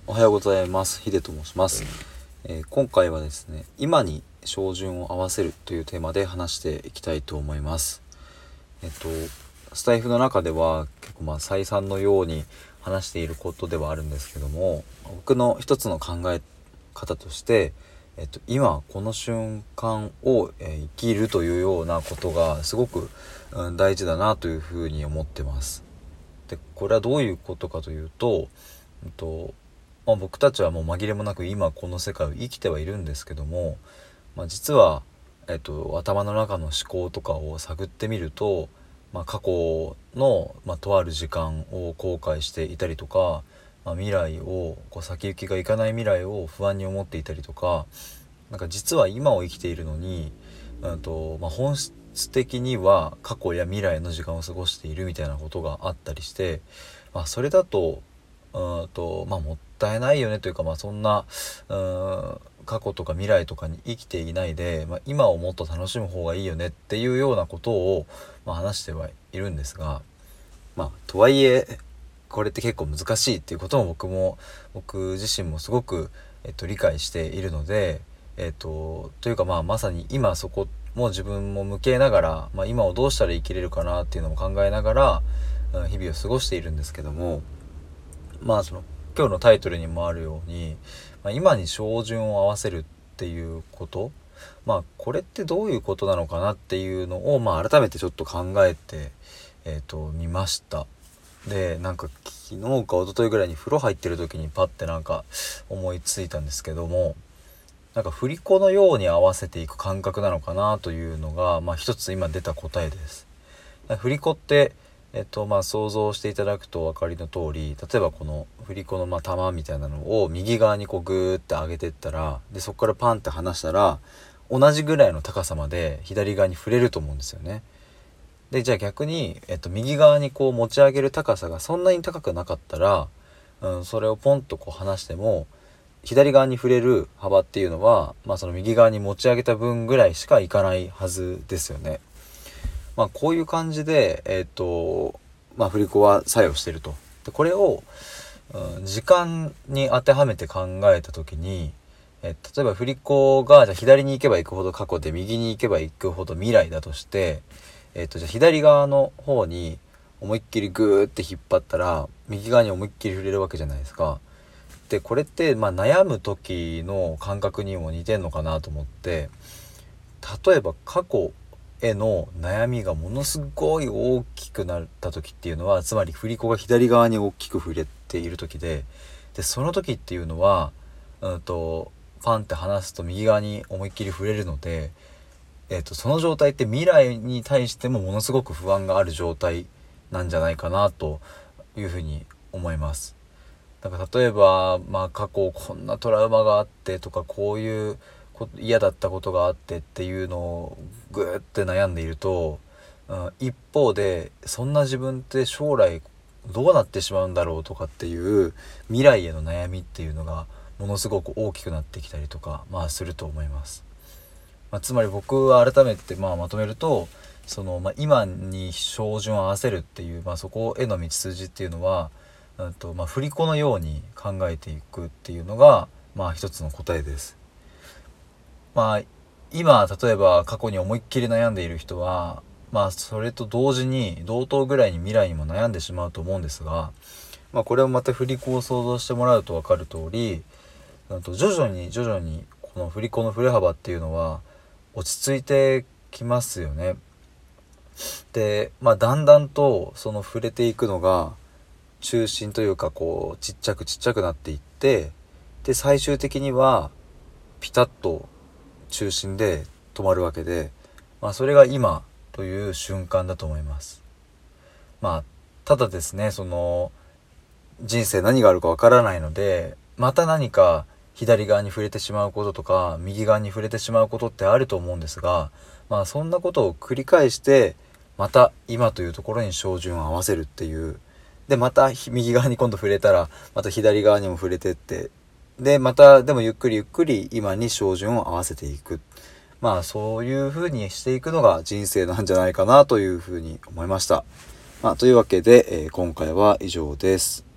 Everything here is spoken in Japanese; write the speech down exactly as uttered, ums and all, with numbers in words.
おはようございます。ヒデと申します、えー、今回はですね、今に照準を合わせるというテーマで話していきたいと思います。えっとスタイフの中では結構まあ再三のように話していることではあるんですけども、僕の一つの考え方として、えっと、今この瞬間を、えー、生きるというようなことがすごく、うん、大事だなというふうに思ってます。でこれはどういうことかというと、えっとまあ、僕たちはもう紛れもなく今この世界を生きてはいるんですけども、まあ、実は、えっと、頭の中の思考とかを探ってみると、まあ、過去の、まあ、とある時間を後悔していたりとか、まあ、未来をこう先行きがいかない未来を不安に思っていたりとか、なんか実は今を生きているのに、うんとまあ、本質的には過去や未来の時間を過ごしているみたいなことがあったりして、まあ、それだとうんと、まあ、もったいないよねというか、まあ、そんなうん過去とか未来とかに生きていないで、まあ、今をもっと楽しむ方がいいよねっていうようなことを、まあ、話してはいるんですが、まあ、とはいえこれって結構難しいっていうことも僕も僕自身もすごく、えっと、理解しているので、えっと、というかまあまさに今そこも自分も向き合いながら、まあ、今をどうしたら生きれるかなっていうのも考えながら、うん、日々を過ごしているんですけども、まあその今日のタイトルにもあるように、まあ、今に照準を合わせるっていうこと、まあこれってどういうことなのかなっていうのを、まあ、改めてちょっと考えて、えー、と見ました。でなんか昨日か一昨日ぐらいに風呂入ってる時にパッてなんか思いついたんですけども、なんか振り子のように合わせていく感覚なのかなというのが、まあ、一つ今出た答えです。振り子って、えっとまあ、想像していただくとお分かりの通り、例えばこの振り子のまあ玉みたいなのを右側にこうグーって上げていったら、でそこからパンって離したら同じぐらいの高さまで左側に触れると思うんですよね。でじゃあ逆に、えっと、右側にこう持ち上げる高さがそんなに高くなかったら、うん、それをポンとこう離しても左側に触れる幅っていうのは、まあ、その右側に持ち上げた分ぐらいしかいかないはずですよね。まあ、こういう感じで、えっとまあ、振り子は作用してると。でこれを、うん、時間に当てはめて考えた時に、え例えば振り子がじゃあ左に行けば行くほど過去で右に行けば行くほど未来だとして、えっとじゃあ左側の方に思いっきりグーって引っ張ったら右側に思いっきり触れるわけじゃないですか。でこれってまあ悩む時の感覚にも似てんのかなと思って、例えば過去への悩みがものすごい大きくなった時っていうのは、つまり振り子が左側に大きく触れている時で、でその時っていうのは、うんとパンって離すと右側に思いっきり触れるので、えー、とその状態って未来に対してもものすごく不安がある状態なんじゃないかなというふうに思います。だから例えば、まあ、過去こんなトラウマがあってとか、こういう嫌だったことがあってっていうのをぐーって悩んでいると、うん、一方でそんな自分って将来どうなってしまうんだろうとかっていう未来への悩みっていうのがものすごく大きくなってきたりとか、まあ、すると思います。まあ、つまり僕は改めてまあまとめると、その、まあ、今に照準を合わせるっていう、まあ、そこへの道筋っていうのは、うんとまあ、振り子のように考えていくっていうのが、まあ、一つの答えです。まあ、今例えば過去に思いっきり悩んでいる人は、まあ、それと同時に同等ぐらいに未来にも悩んでしまうと思うんですが、まあ、これをまた振り子を想像してもらうと分かる通り、うんと徐々に徐々にこの振り子の振れ幅っていうのは落ち着いてきますよね。で、まあ、だんだんとその触れていくのが中心というか、こうちっちゃくちっちゃくなっていって、で最終的にはピタッと中心で止まるわけで、まあ、それが今という瞬間だと思います。まあただですね、その人生何があるかわからないので、また何か左側に触れてしまうこととか右側に触れてしまうことってあると思うんですが、まあそんなことを繰り返してまた今というところに照準を合わせるっていう、でまた右側に今度触れたらまた左側にも触れてって、でまたでもゆっくりゆっくり今に照準を合わせていく、まあそういう風にしていくのが人生なんじゃないかなという風に思いました。まあ、というわけで、えー今回は以上です。